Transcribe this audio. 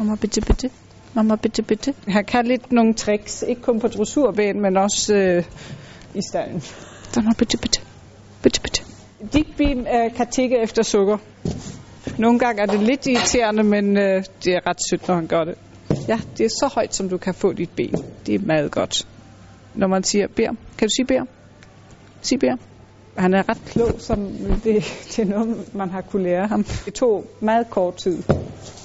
Mamma, bitte, bitte. Mamma, bitte, bitte. Han kan lidt nogle tricks, ikke kun på dressurbanen, men også i stallen. Mamma, bitte, bitte. Bitte, bitte. Digby kan tikke efter sukker. Nogle gange er det lidt irriterende, men det er ret sødt, når han gør det. Ja, det er så højt, som du kan få dit ben. Det er meget godt. Når man siger bær. Kan du sige bær? Sig bær. Han er ret klog, som det er noget, man har kunne lære ham. Det tog meget kort tid.